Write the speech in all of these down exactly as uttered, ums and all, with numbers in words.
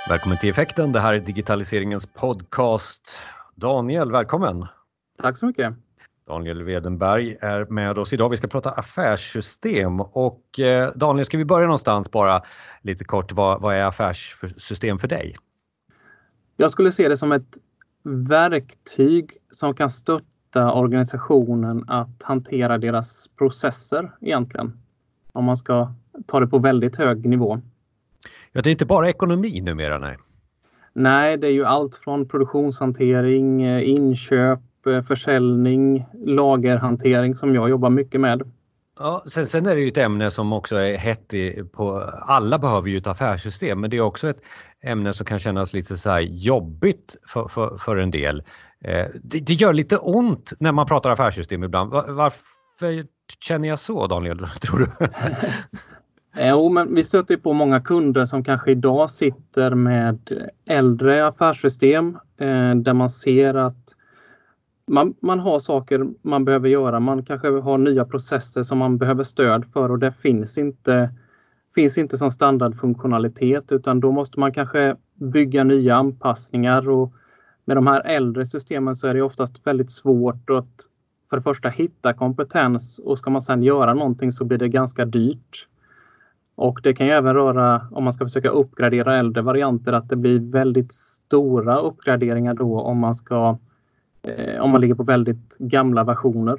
Välkommen till Effekten, det här är digitaliseringens podcast. Daniel, välkommen. Tack så mycket. Daniel Wedenberg är med oss idag. Vi ska prata affärssystem. Och eh, Daniel, ska vi börja någonstans bara lite kort. Vad, vad är affärssystem för dig? Jag skulle se det som ett verktyg som kan stötta organisationen att hantera deras processer egentligen. Om man ska ta det på väldigt hög nivå. Ja, det är inte bara ekonomi numera, nej. Nej, det är ju allt från produktionshantering, inköp, försäljning, lagerhantering som jag jobbar mycket med. Ja, sen, sen är det ju ett ämne som också är hett i, på, alla behöver ju ett affärssystem, men det är också ett ämne som kan kännas lite så här jobbigt för, för, för en del. Eh, det, det gör lite ont när man pratar affärssystem ibland. Var, varför känner jag så, Daniel, tror du? Jo, men vi stöter ju på många kunder som kanske idag sitter med äldre affärssystem eh, där man ser att man, man har saker man behöver göra. Man kanske har nya processer som man behöver stöd för och det finns inte, finns inte som standardfunktionalitet, utan då måste man kanske bygga nya anpassningar. Och med de här äldre systemen så är det oftast väldigt svårt att för det första hitta kompetens, och ska man sedan göra någonting så blir det ganska dyrt. Och det kan ju även röra, om man ska försöka uppgradera äldre varianter, att det blir väldigt stora uppgraderingar då om man ska eh, om man ligger på väldigt gamla versioner.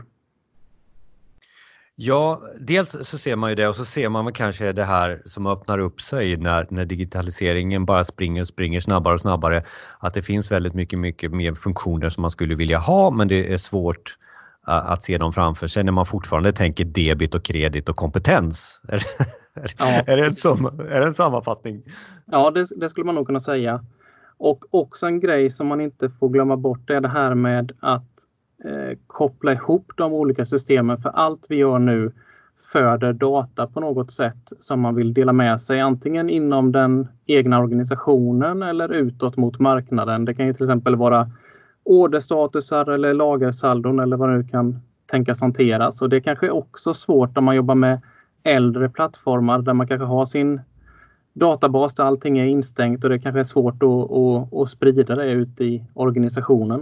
Ja, dels så ser man ju det, och så ser man väl kanske det här som öppnar upp sig när, när digitaliseringen bara springer och springer snabbare och snabbare. Att det finns väldigt mycket, mycket mer funktioner som man skulle vilja ha, men det är svårt att se dem framför sig när man fortfarande tänker debit och kredit och kompetens. Är, ja. är, det, en som, är det en sammanfattning? Ja, det, det skulle man nog kunna säga. Och också en grej som man inte får glömma bort är det här med att eh, koppla ihop de olika systemen. För allt vi gör nu föder data på något sätt som man vill dela med sig. Antingen inom den egna organisationen eller utåt mot marknaden. Det kan ju till exempel vara orderstatusar eller lagersaldon eller vad det nu kan tänkas hanteras. Och det är kanske också svårt om man jobbar med äldre plattformar där man kanske har sin databas där allting är instängt, och det kanske är svårt att, att, att sprida det ut i organisationen.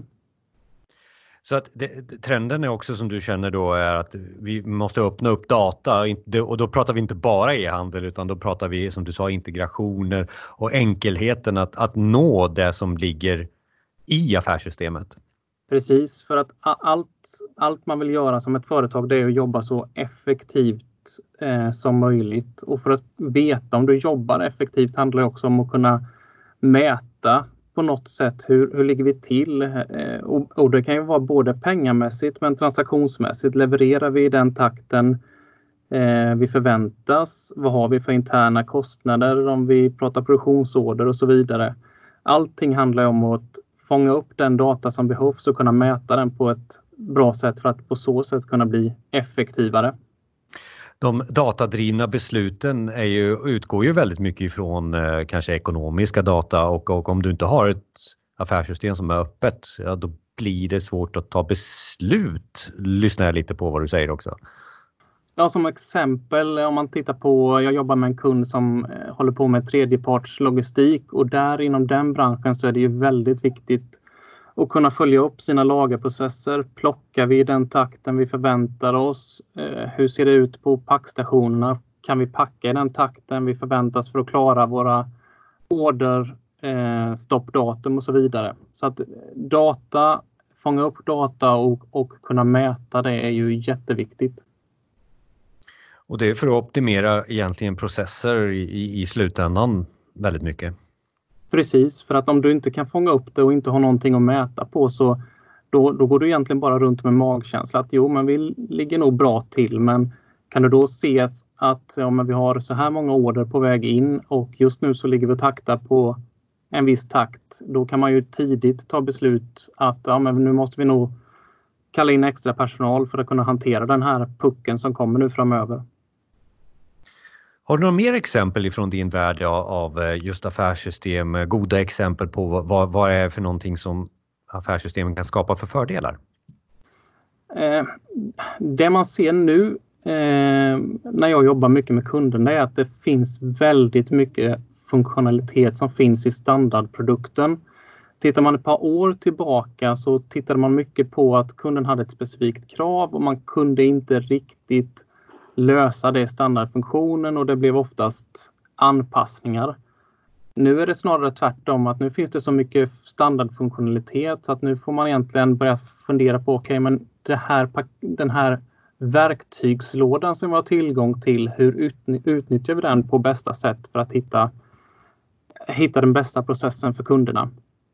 Så att det, trenden är också, som du känner då, är att vi måste öppna upp data, och då pratar vi inte bara e-handel, utan då pratar vi, som du sa, integrationer och enkelheten att, att nå det som ligger i affärssystemet. Precis, för att allt, allt man vill göra som ett företag, det är att jobba så effektivt eh, som möjligt. Och för att veta om du jobbar effektivt handlar det också om att kunna mäta på något sätt hur, hur ligger vi till. Eh, och, och det kan ju vara både pengamässigt men transaktionsmässigt. Levererar vi i den takten eh, vi förväntas? Vad har vi för interna kostnader om vi pratar produktionsorder och så vidare. Allting handlar om att fånga upp den data som behövs och kunna mäta den på ett bra sätt för att på så sätt kunna bli effektivare. De datadrivna besluten är ju, utgår ju väldigt mycket ifrån eh, kanske ekonomiska data, och, och om du inte har ett affärssystem som är öppet, ja, då blir det svårt att ta beslut. Lyssnar jag lite på vad du säger också. Ja, som exempel, om man tittar på, jag jobbar med en kund som eh, håller på med tredjeparts logistik, och där inom den branschen så är det ju väldigt viktigt att kunna följa upp sina lagerprocesser. Plockar vi i den takten vi förväntar oss? Eh, hur ser det ut på packstationerna? Kan vi packa i den takten vi förväntas för att klara våra order, eh, stoppdatum och så vidare. Så att data, fånga upp data och, och kunna mäta det är ju jätteviktigt. Och det är för att optimera egentligen processer i, i slutändan väldigt mycket. Precis, för att om du inte kan fånga upp det och inte har någonting att mäta på, så då, då går du egentligen bara runt med magkänsla att jo, men vi ligger nog bra till. Men kan du då se att ja, men vi har så här många order på väg in och just nu så ligger vi och taktar på en viss takt. Då kan man ju tidigt ta beslut att ja, men nu måste vi nog kalla in extra personal för att kunna hantera den här pucken som kommer nu framöver. Har du några mer exempel ifrån din värld av just affärssystem? Goda exempel på vad, vad är för någonting som affärssystemen kan skapa för fördelar? Eh, det man ser nu eh, när jag jobbar mycket med kunderna är att det finns väldigt mycket funktionalitet som finns i standardprodukten. Tittar man ett par år tillbaka så tittade man mycket på att kunden hade ett specifikt krav och man kunde inte riktigt lösa det i standardfunktionen och det blev oftast anpassningar. Nu är det snarare tvärtom, att nu finns det så mycket standardfunktionalitet så att nu får man egentligen börja fundera på okej, okay, men det här, den här verktygslådan som vi har tillgång till, hur utnyttjar vi den på bästa sätt för att hitta, hitta den bästa processen för kunderna.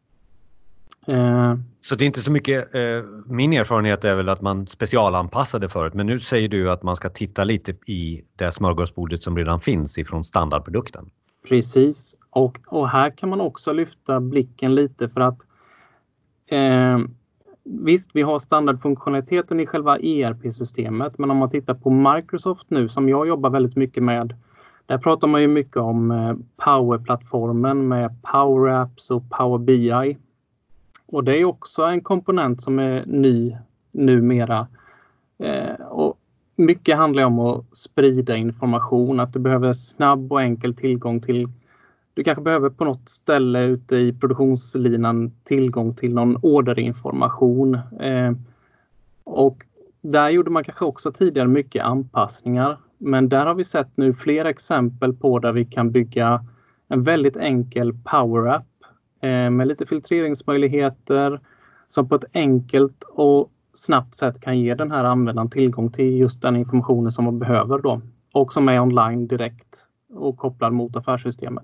Eh. Så det är inte så mycket, eh, min erfarenhet är väl att man specialanpassade förut, men nu säger du att man ska titta lite i det smörgåsbordet som redan finns ifrån standardprodukten. Precis, och, och här kan man också lyfta blicken lite för att eh, visst, vi har standardfunktionaliteten i själva E R P-systemet, men om man tittar på Microsoft nu som jag jobbar väldigt mycket med, där pratar man ju mycket om eh, Power-plattformen med Power Apps och Power B I. Och det är också en komponent som är ny numera. Eh, och mycket handlar om att sprida information, att du behöver snabb och enkel tillgång till, du kanske behöver på något ställe ute i produktionslinan tillgång till någon orderinformation. Eh, och där gjorde man kanske också tidigare mycket anpassningar. Men där har vi sett nu flera exempel på där vi kan bygga en väldigt enkel Power App eh, med lite filtreringsmöjligheter som på ett enkelt och snabbt sätt kan ge den här användaren tillgång till just den informationen som man behöver då. Och som är online direkt och kopplad mot affärssystemet.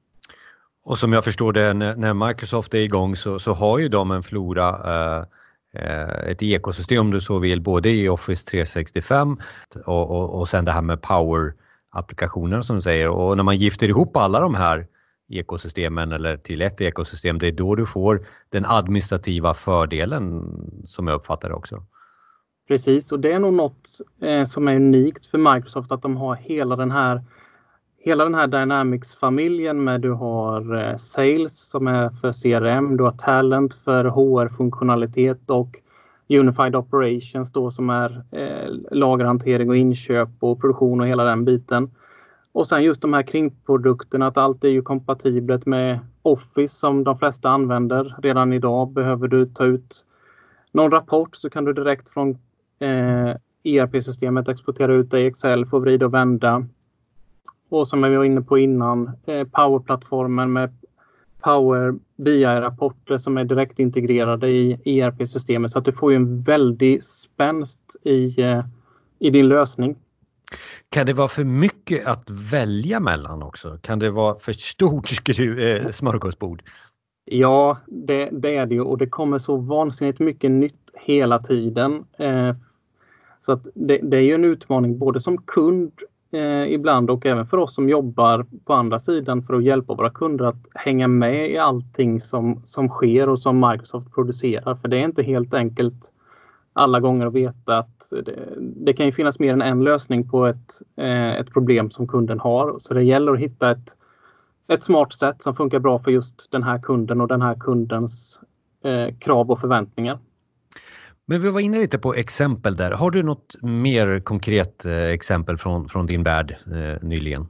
Och som jag förstår det, när Microsoft är igång så, så har ju de en flora, eh, ett ekosystem om du så vill, både i Office tre sextiofem och, och, och sen det här med Power-applikationer som du säger. Och när man gifter ihop alla de här ekosystemen eller till ett ekosystem, det är då du får den administrativa fördelen som jag uppfattar det också. Precis, och det är nog något eh, som är unikt för Microsoft, att de har hela den här Hela den här Dynamics-familjen med du har eh, Sales som är för C R M, du har Talent för H R-funktionalitet och Unified Operations då som är eh, lagerhantering och inköp och produktion och hela den biten. Och sen just de här kringprodukterna, att allt är ju kompatibelt med Office som de flesta använder redan idag. Behöver du ta ut någon rapport så kan du direkt från eh, E R P-systemet exportera ut det i Excel, få vrida och vända. Och som jag var inne på innan, eh, Power-plattformen med Power B I-rapporter som är direkt integrerade i E R P-systemet. Så att du får ju en väldig spänst i, eh, i din lösning. Kan det vara för mycket att välja mellan också? Kan det vara för stort skru, eh, smörgåsbord? Ja, det, det är det ju. Och det kommer så vansinnigt mycket nytt hela tiden. Eh, så att det, det är ju en utmaning både som kund Eh, ibland och även för oss som jobbar på andra sidan för att hjälpa våra kunder att hänga med i allting som, som sker och som Microsoft producerar. För det är inte helt enkelt alla gånger att veta att det, det kan ju finnas mer än en lösning på ett, eh, ett problem som kunden har. Så det gäller att hitta ett, ett smart sätt som funkar bra för just den här kunden och den här kundens eh, krav och förväntningar. Men vi var inne lite på exempel där. Har du något mer konkret eh, exempel från, från din värld eh, nyligen?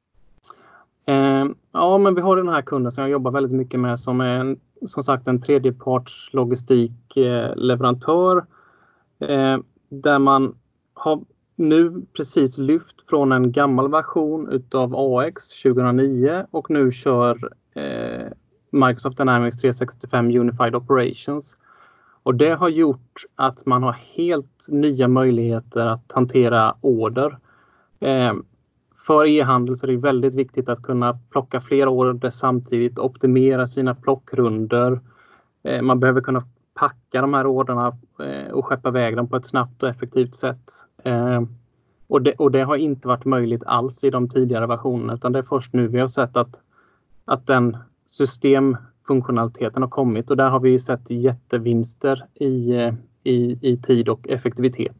Eh, ja, men vi har den här kunden som jag jobbar väldigt mycket med som är en, som sagt en tredjeparts logistikleverantör. Eh, där man har nu precis lyft från en gammal version utav A X tjugohundranio och nu kör eh, Microsoft Dynamics tre sextiofem Unified Operations. Och det har gjort att man har helt nya möjligheter att hantera order. Eh, för e-handel så är det väldigt viktigt att kunna plocka flera order samtidigt, optimera sina plockrunder. Eh, man behöver kunna packa de här orderna eh, och skeppa iväg dem på ett snabbt och effektivt sätt. Eh, och, det, och det har inte varit möjligt alls i de tidigare versionerna, utan det är först nu vi har sett att, att den system funktionaliteten har kommit, och där har vi sett jättevinster i, i, i tid och effektivitet.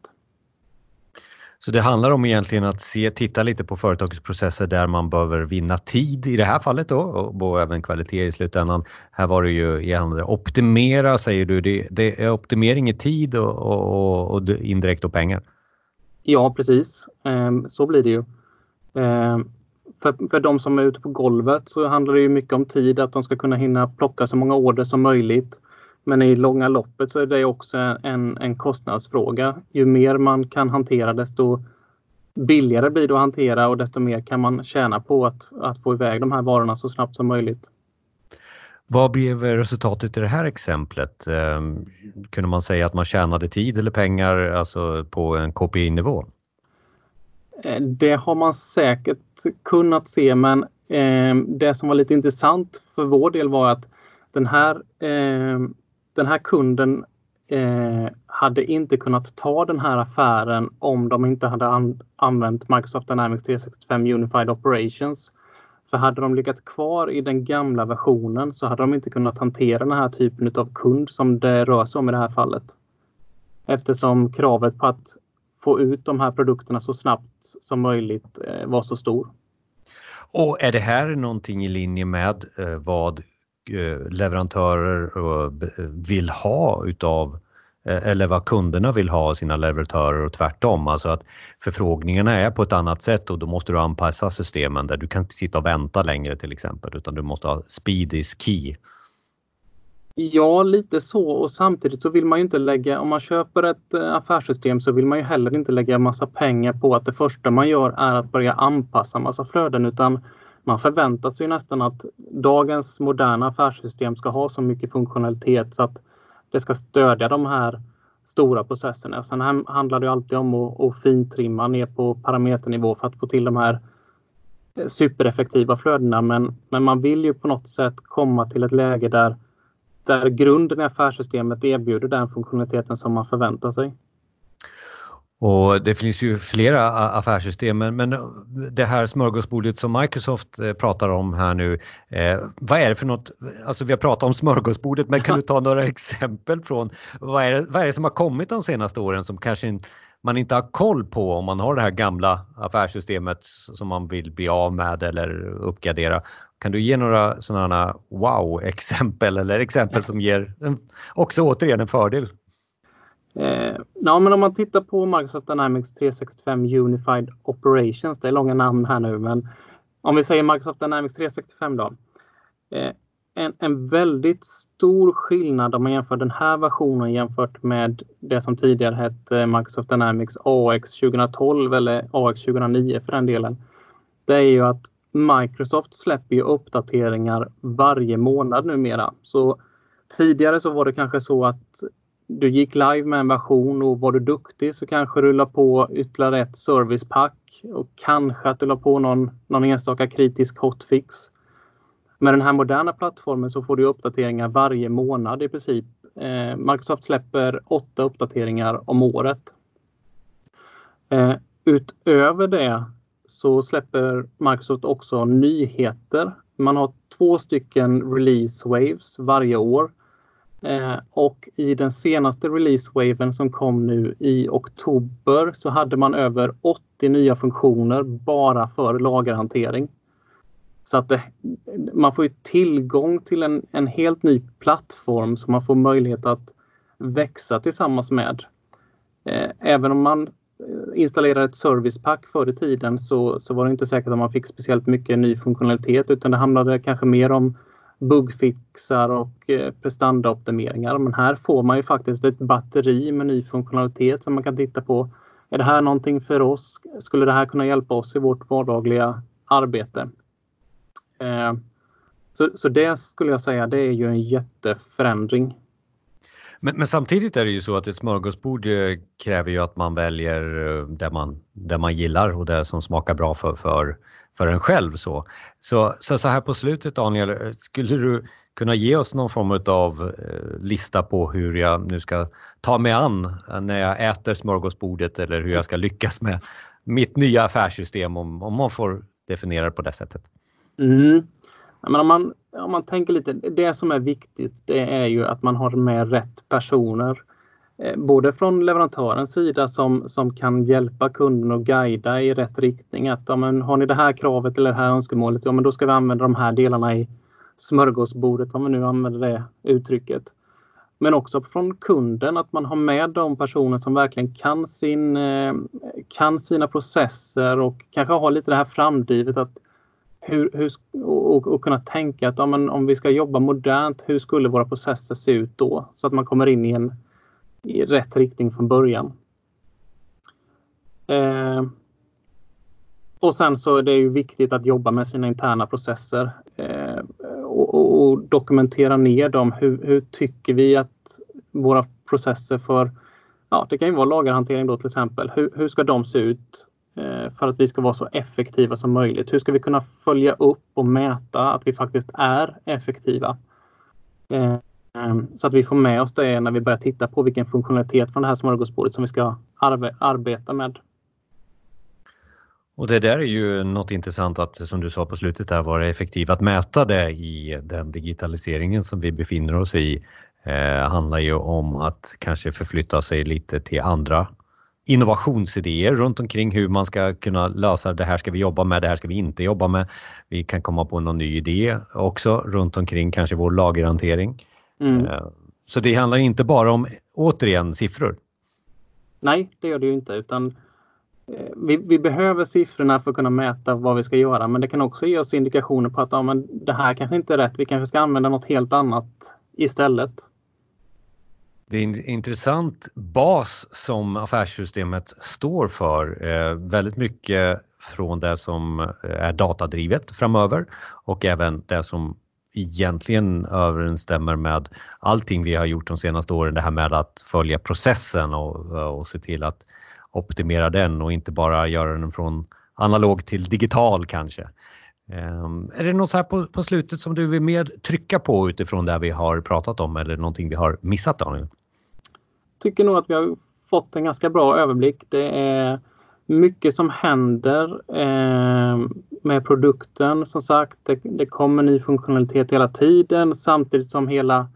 Så det handlar om egentligen att se, titta lite på företagsprocesser där man behöver vinna tid i det här fallet då, och, och även kvalitet i slutändan. Här var det ju igen, optimera säger du, det, det är optimering i tid och, och, och indirekt och pengar. Ja, precis. Så blir det ju. för, för de som är ute på golvet så handlar det ju mycket om tid, att de ska kunna hinna plocka så många order som möjligt. Men i långa loppet så är det också en, en kostnadsfråga. Ju mer man kan hantera, desto billigare blir det att hantera och desto mer kan man tjäna på att, att få iväg de här varorna så snabbt som möjligt. Vad blev resultatet i det här exemplet? Eh, kunde man säga att man tjänade tid eller pengar alltså på en K P I-nivå? Det har man säkert kunnat se, men eh, det som var lite intressant för vår del var att den här, eh, den här kunden eh, hade inte kunnat ta den här affären om de inte hade an- använt Microsoft Dynamics tre sextiofem Unified Operations. För hade de legat kvar i den gamla versionen så hade de inte kunnat hantera den här typen av kund som det rör sig om i det här fallet. Eftersom kravet på att få ut de här produkterna så snabbt som möjligt eh, var så stor. Och är det här någonting i linje med eh, vad eh, leverantörer eh, vill ha utav eh, eller vad kunderna vill ha av sina leverantörer och tvärtom? Alltså att förfrågningarna är på ett annat sätt och då måste du anpassa systemen där du kan inte sitta och vänta längre till exempel, utan du måste ha speed is key. Ja, lite så, och samtidigt så vill man ju inte lägga, om man köper ett affärssystem så vill man ju heller inte lägga massa pengar på att det första man gör är att börja anpassa massa flöden, utan man förväntar sig nästan att dagens moderna affärssystem ska ha så mycket funktionalitet så att det ska stödja de här stora processerna. Sen handlar det alltid om att, att fintrimma ner på parameternivå för att få till de här supereffektiva flödena, men, men man vill ju på något sätt komma till ett läge där där grunden i affärssystemet erbjuder den funktionaliteten som man förväntar sig. Och det finns ju flera affärssystem, men det här smörgåsbordet som Microsoft pratar om här nu, eh, vad är det för något? Alltså vi har pratat om smörgåsbordet, men kan du ta några exempel från vad är det, vad är det som har kommit de senaste åren som kanske in, man inte har koll på om man har det här gamla affärssystemet som man vill bli av med eller uppgradera? Kan du ge några sådana wow-exempel eller exempel som ger en, också återigen en fördel? Eh, ja, men om man tittar på Microsoft Dynamics tre sextiofem Unified Operations, det är långa namn här nu, men om vi säger Microsoft Dynamics tre sextiofem då. Eh, en, en väldigt stor skillnad om man jämför den här versionen jämfört med det som tidigare hette Microsoft Dynamics A X tjugotolv eller A X tjugohundranio för den delen. Det är ju att Microsoft släpper ju uppdateringar varje månad numera. Så tidigare så var det kanske så att du gick live med en version och var du duktig så kanske du la på ytterligare ett servicepack och kanske att du la på någon, någon enstaka kritisk hotfix. Med den här moderna plattformen så får du uppdateringar varje månad i princip. Eh, Microsoft släpper åtta uppdateringar om året. Eh, utöver det så släpper Microsoft också nyheter. Man har två stycken release waves varje år. Eh, och i den senaste release waven som kom nu i oktober så hade man över åttio nya funktioner bara för lagerhantering. Så att det, man får ju tillgång till en, en helt ny plattform som man får möjlighet att växa tillsammans med. Eh, även om man installerade ett servicepack förr i tiden så, så var det inte säkert att man fick speciellt mycket ny funktionalitet, utan det handlade kanske mer om bugfixar och eh, prestandaoptimeringar. Men här får man ju faktiskt ett batteri med ny funktionalitet som man kan titta på. Är det här någonting för oss? Skulle det här kunna hjälpa oss i vårt vardagliga arbete? Eh, så, så det skulle jag säga, det är ju en jätteförändring. Men, men samtidigt är det ju så att ett smörgåsbord kräver ju att man väljer det man, det man gillar och det som smakar bra för, för, för en själv. Så. Så, så, så här på slutet, Daniel, skulle du kunna ge oss någon form av lista på hur jag nu ska ta mig an när jag äter smörgåsbordet, eller hur jag ska lyckas med mitt nya affärssystem, om, om man får definiera det på det sättet? Mm. Men om man, om man tänker lite, det som är viktigt, det är ju att man har med rätt personer. Eh, både från leverantörens sida som, som kan hjälpa kunden och guida i rätt riktning. Att ja, men, har ni det här kravet eller det här önskemålet, ja men då ska vi använda de här delarna i smörgåsbordet, om vi nu använder det uttrycket. Men också från kunden, att man har med de personer som verkligen kan, sin, eh, kan sina processer och kanske har lite det här framdrivet att hur, hur, och, och kunna tänka att ja, men om vi ska jobba modernt, hur skulle våra processer se ut då? Så att man kommer in i en i rätt riktning från början. Eh, och sen så är det ju viktigt att jobba med sina interna processer eh, och, och, och dokumentera ner dem. Hur, hur tycker vi att våra processer för, ja det kan ju vara lagerhantering då till exempel. Hur, hur ska de se ut eh, för att vi ska vara så effektiva som möjligt? Hur ska vi kunna följa upp och mäta att vi faktiskt är effektiva? Eh, Så att vi får med oss det när vi börjar titta på vilken funktionalitet från det här smörgåsbordet som vi ska arbe- arbeta med. Och det där är ju något intressant att, som du sa på slutet, där vara effektiv. Att mäta det i den digitaliseringen som vi befinner oss i eh, handlar ju om att kanske förflytta sig lite till andra innovationsidéer runt omkring hur man ska kunna lösa det här ska vi jobba med, det här ska vi inte jobba med. Vi kan komma på någon ny idé också runt omkring kanske vår lagerhantering. Mm. Så det handlar inte bara om, återigen, siffror. Nej, det gör det ju inte, utan eh, vi, vi behöver siffrorna för att kunna mäta vad vi ska göra, men det kan också ge oss indikationer på att ja, men det här kanske inte är rätt, vi kanske ska använda något helt annat istället. Det är en intressant bas som affärssystemet står för, eh, väldigt mycket från det som är datadrivet framöver och även det som egentligen överensstämmer med allting vi har gjort de senaste åren. Det här med att följa processen och, och se till att optimera den och inte bara göra den från analog till digital kanske. Um, är det något så här på, på slutet som du vill med trycka på utifrån det vi har pratat om eller någonting vi har missat, Daniel? Jag tycker nog att vi har fått en ganska bra överblick. Det är mycket som händer eh, med produkten. Som sagt, det, det kommer ny funktionalitet hela tiden samtidigt som hela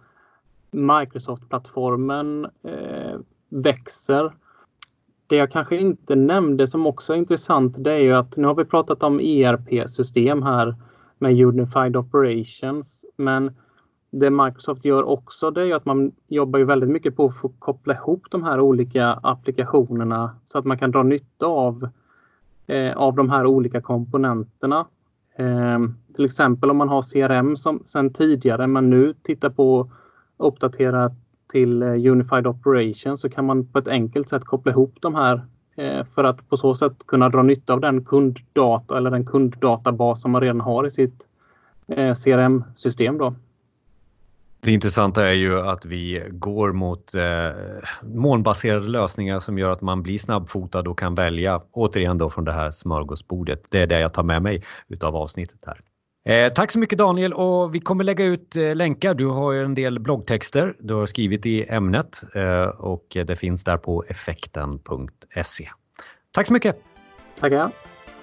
Microsoft-plattformen eh, växer. Det jag kanske inte nämnde som också är intressant, det är ju att nu har vi pratat om E R P-system här med Unified Operations, men det Microsoft gör också det är att man jobbar ju väldigt mycket på att få koppla ihop de här olika applikationerna så att man kan dra nytta av, eh, av de här olika komponenterna. Eh, till exempel om man har C R M som sedan tidigare men nu tittar på att uppdatera till eh, Unified Operations, så kan man på ett enkelt sätt koppla ihop de här eh, för att på så sätt kunna dra nytta av den kunddata eller den kunddatabas som man redan har i sitt eh, C R M-system då. Det intressanta är ju att vi går mot eh, molnbaserade lösningar som gör att man blir snabbfotad och kan välja återigen då från det här smörgåsbordet. Det är det jag tar med mig utav avsnittet här. Eh, tack så mycket Daniel, och vi kommer lägga ut eh, länkar. Du har en del bloggtexter du har skrivit i ämnet eh, och det finns där på effekten punkt se. Tack så mycket! Tackar!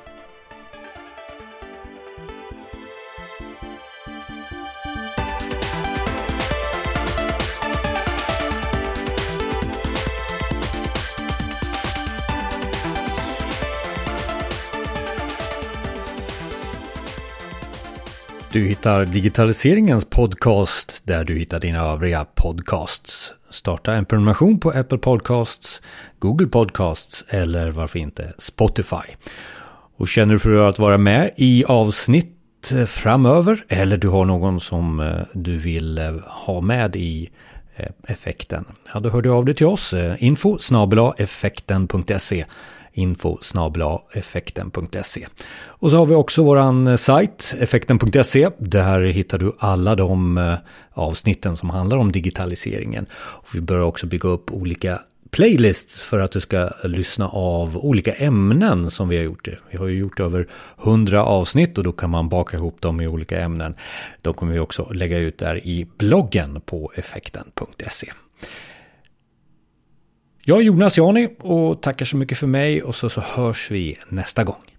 Du hittar digitaliseringens podcast där du hittar dina övriga podcasts. Starta en prenumeration på Apple Podcasts, Google Podcasts eller varför inte Spotify. Och känner du för att vara med i avsnitt framöver eller du har någon som du vill ha med i effekten, ja, då hör du av dig till oss. info snabel-a effekten punkt se info snabel-a effekten punkt se. Och så har vi också våran sajt effekten punkt se. Där hittar du alla de avsnitten som handlar om digitaliseringen. Och vi börjar också bygga upp olika playlists för att du ska lyssna av olika ämnen som vi har gjort. Vi har ju gjort över hundra avsnitt och då kan man baka ihop dem i olika ämnen. De kommer vi också lägga ut där i bloggen på effekten punkt se. Jag är Jonas Jani och tackar så mycket för mig och så, så hörs vi nästa gång.